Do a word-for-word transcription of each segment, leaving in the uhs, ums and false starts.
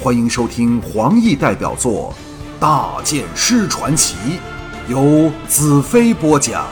欢迎收听黄奕代表作《大剑师传奇》，由子飞播讲。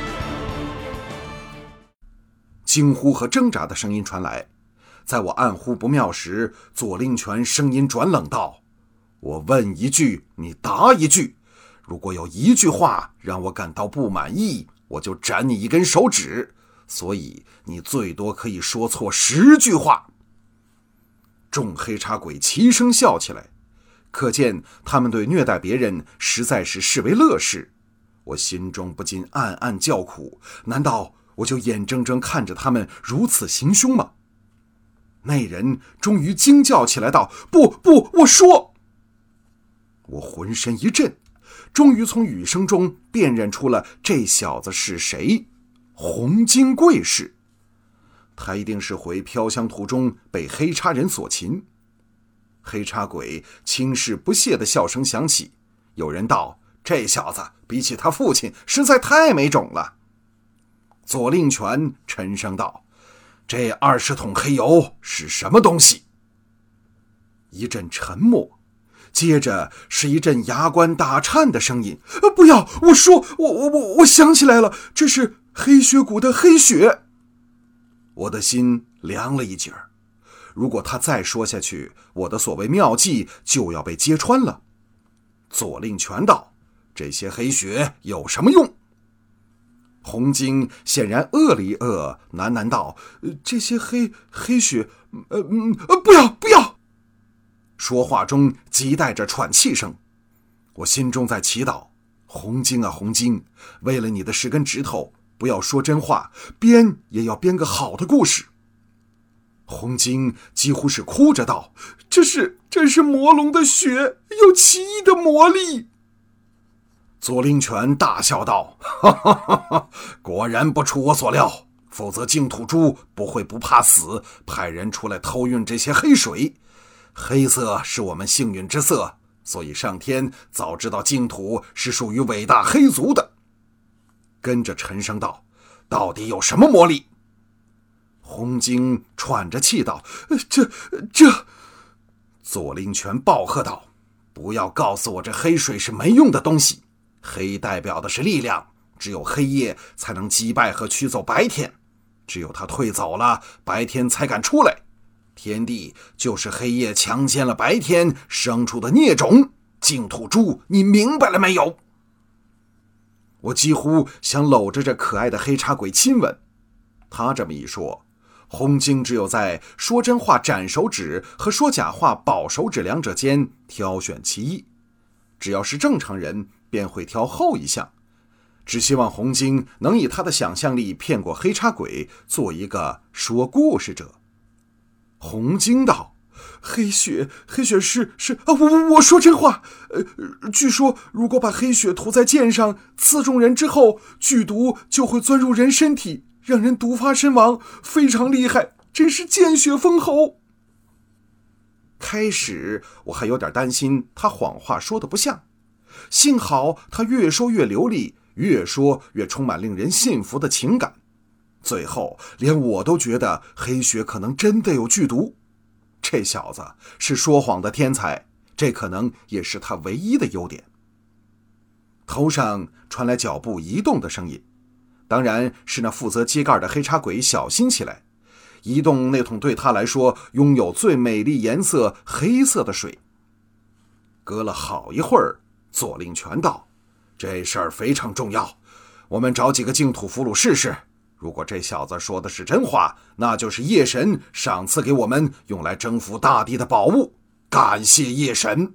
惊呼和挣扎的声音传来，在我暗呼不妙时，左令权声音转冷道：我问一句，你答一句，如果有一句话让我感到不满意，我就斩你一根手指，所以你最多可以说错十句话。众黑茶鬼齐声笑起来，可见他们对虐待别人实在是视为乐事。我心中不禁暗暗叫苦，难道我就眼睁睁看着他们如此行凶吗？那人终于惊叫起来道：不不，我说！我浑身一震，终于从语声中辨认出了这小子是谁，洪金贵士。他一定是回飘香途中被黑叉人所擒。黑叉鬼轻视不屑的笑声响起，有人道：这小子比起他父亲实在太没种了。左令权沉声道：这二十桶黑油是什么东西？一阵沉默，接着是一阵牙关打颤的声音：不要，我说，我我我我想起来了，这是黑血谷的黑血。我的心凉了一截儿，如果他再说下去，我的所谓妙计就要被揭穿了。左令权道：这些黑血有什么用？洪金显然饿了一饿，喃喃道：这些黑黑血，呃嗯呃，不要不要！说话中急带着喘气声。我心中在祈祷：洪金啊洪金，为了你的十根指头，不要说真话，编也要编个好的故事。洪金几乎是哭着道：这是这是魔龙的血，有奇异的魔力。左令权大笑道：哈哈哈哈，果然不出我所料，否则净土珠不会不怕死，派人出来偷运这些黑水。黑色是我们幸运之色，所以上天早知道净土是属于伟大黑族的。跟着沉声道：到底有什么魔力？洪金喘着气道：这这左令权暴喝道：不要告诉我这黑水是没用的东西，黑代表的是力量，只有黑夜才能击败和驱走白天，只有他退走了，白天才敢出来。天地就是黑夜强奸了白天生出的孽种，净土珠，你明白了没有？我几乎想搂着这可爱的黑茶鬼亲吻。他这么一说，洪金只有在说真话斩手指和说假话保手指两者间挑选其一。只要是正常人便会挑后一项，只希望洪金能以他的想象力骗过黑茶鬼，做一个说故事者。洪金道：黑血，黑血是是啊，我我我说真话。呃，据说如果把黑血涂在剑上，刺中人之后，剧毒就会钻入人身体，让人毒发身亡，非常厉害，真是见血封喉。开始我还有点担心他谎话说的不像，幸好他越说越流利，越说越充满令人信服的情感。最后连我都觉得黑血可能真的有剧毒。这小子是说谎的天才，这可能也是他唯一的优点。头上传来脚步移动的声音，当然是那负责揭盖的黑茶鬼小心起来，移动那桶对他来说拥有最美丽颜色黑色的水。隔了好一会儿，左令权道：这事儿非常重要，我们找几个净土俘虏试试，如果这小子说的是真话，那就是夜神赏赐给我们用来征服大地的宝物，感谢夜神。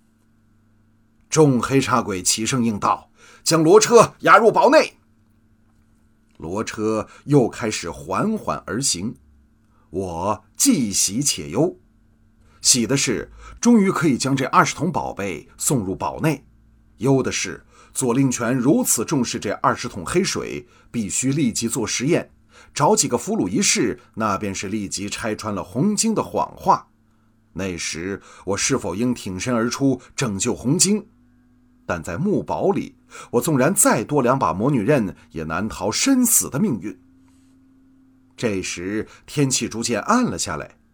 众黑茶鬼齐声应道：将骡车押入堡内。骡车又开始缓缓而行，我既喜且忧。喜的是终于可以将这二十桶宝贝送入堡内，忧的是左令权如此重视这二十桶黑水，必须立即做实验，找几个俘虏一试，那便是立即拆穿了洪金的谎话。那时我是否应挺身而出拯救洪金？但在木堡里，我纵然再多两把魔女刃，也难逃身死的命运。这时天气逐渐暗了下来，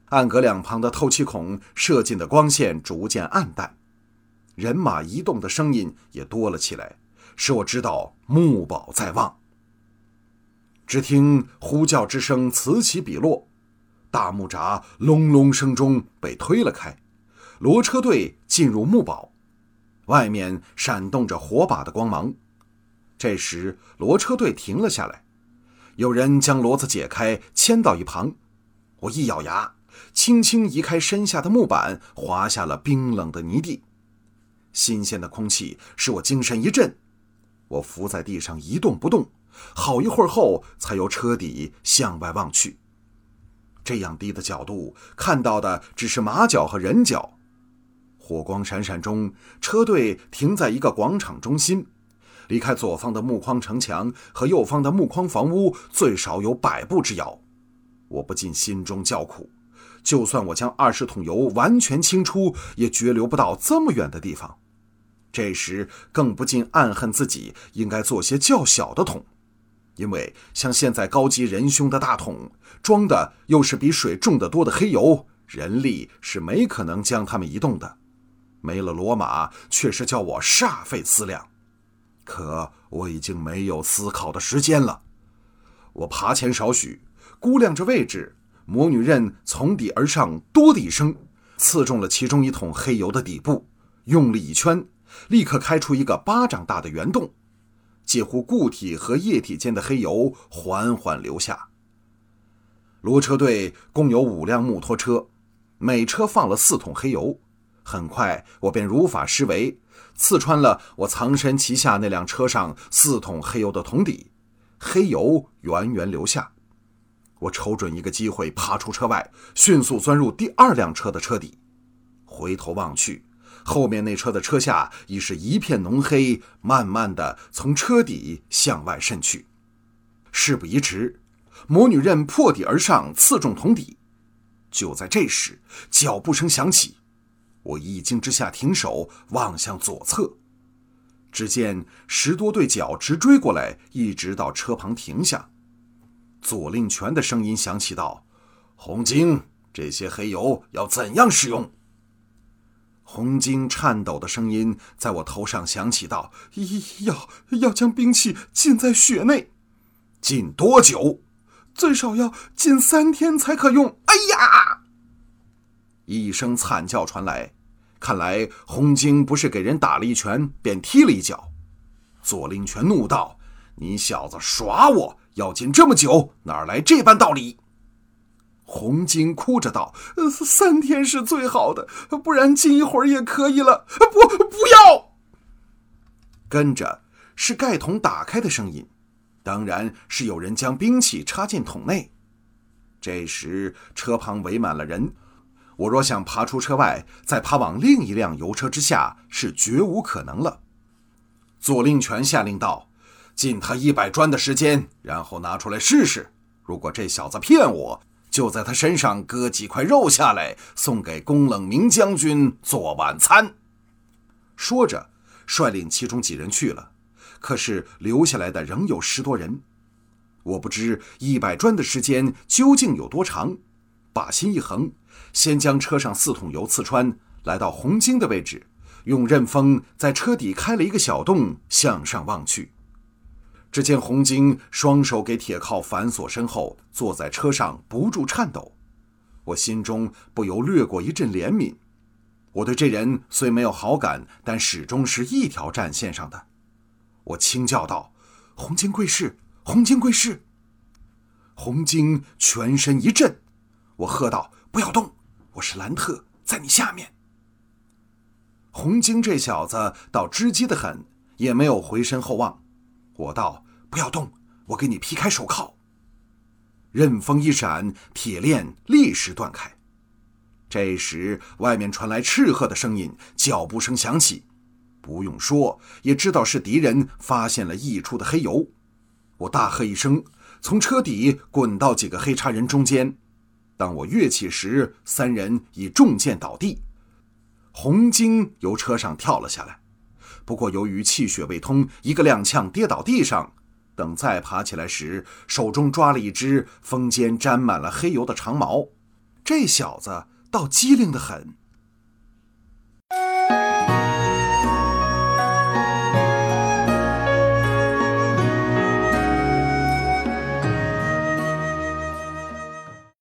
暗格两旁的透气孔射进的光线逐渐暗淡，人马移动的声音也多了起来，使我知道木宝在望。只听呼叫之声此起彼落，大木闸隆隆声中被推了开，骡车队进入木堡，外面闪动着火把的光芒。这时骡车队停了下来，有人将骡子解开，牵到一旁。我一咬牙，轻轻移开身下的木板，滑下了冰冷的泥地。新鲜的空气使我精神一振，我伏在地上一动不动，好一会儿后才由车底向外望去。这样低的角度看到的只是马脚和人脚。火光闪闪中，车队停在一个广场中心，离开左方的木框城墙和右方的木框房屋最少有百步之遥。我不禁心中叫苦，就算我将二十桶油完全清出，也绝流不到这么远的地方。这时更不禁暗恨自己应该做些较小的桶，因为像现在高级仁兄的大桶，装的又是比水重得多的黑油，人力是没可能将它们移动的。没了骡马，却是叫我煞费思量。可我已经没有思考的时间了。我爬前少许，估量着位置，魔女刃从底而上，多的一声，刺中了其中一桶黑油的底部，用力一圈，立刻开出一个巴掌大的圆洞，介乎固体和液体间的黑油缓缓流下。骡车队共有五辆木拖车，每车放了四桶黑油。很快我便如法施为，刺穿了我藏身其下那辆车上四桶黑油的桶底，黑油源源流下。我瞅准一个机会爬出车外，迅速钻入第二辆车的车底。回头望去，后面那车的车下已是一片浓黑，慢慢地从车底向外渗去。事不宜迟，魔女刃破底而上，刺中桶底。就在这时，脚步声响起，我一惊之下停手，望向左侧，只见十多对脚直追过来，一直到车旁停下。左令权的声音响起道：“红晶，这些黑油要怎样使用？”红晶颤抖的声音在我头上响起道：“要要将兵器浸在血内。”“浸多久？”“最少要浸三天才可用。”“哎呀！”一声惨叫传来，看来红晶不是给人打了一拳，便踢了一脚。左令权怒道：“你小子耍我！要禁这么久，哪来这般道理？”红晶哭着道：“呃，三天是最好的，不然禁一会儿也可以了。”“不，不要！”跟着是盖桶打开的声音，当然是有人将兵器插进桶内。这时车旁围满了人，我若想爬出车外，再爬往另一辆油车之下，是绝无可能了。左令权下令道：“禁他一百砖的时间，然后拿出来试试。如果这小子骗我，就在他身上割几块肉下来，送给宫冷明将军做晚餐。”说着，率领其中几人去了。可是留下来的仍有十多人。我不知一百砖的时间究竟有多长，把心一横，先将车上四桶油刺穿，来到红晶的位置，用刃锋在车底开了一个小洞，向上望去。只见红晶双手给铁铐反锁身后，坐在车上不住颤抖。我心中不由掠过一阵怜悯。我对这人虽没有好感，但始终是一条战线上的。我轻叫道：“红晶贵士，红晶贵士！”红晶全身一震。我喝道：“不要动，我是兰特，在你下面。”红晶这小子倒知机得很，也没有回身后望。我道：“不要动，我给你劈开手铐。”刃锋一闪，铁链立时断开。这时外面传来斥喝的声音，脚步声响起。不用说，也知道是敌人发现了溢出的黑油。我大喝一声，从车底滚到几个黑叉人中间。当我跃起时，三人已中箭倒地。红晶由车上跳了下来，不过由于气血未通，一个踉跄跌倒地上。等再爬起来时，手中抓了一只锋尖沾满了黑油的长矛。 这小子倒机灵得很。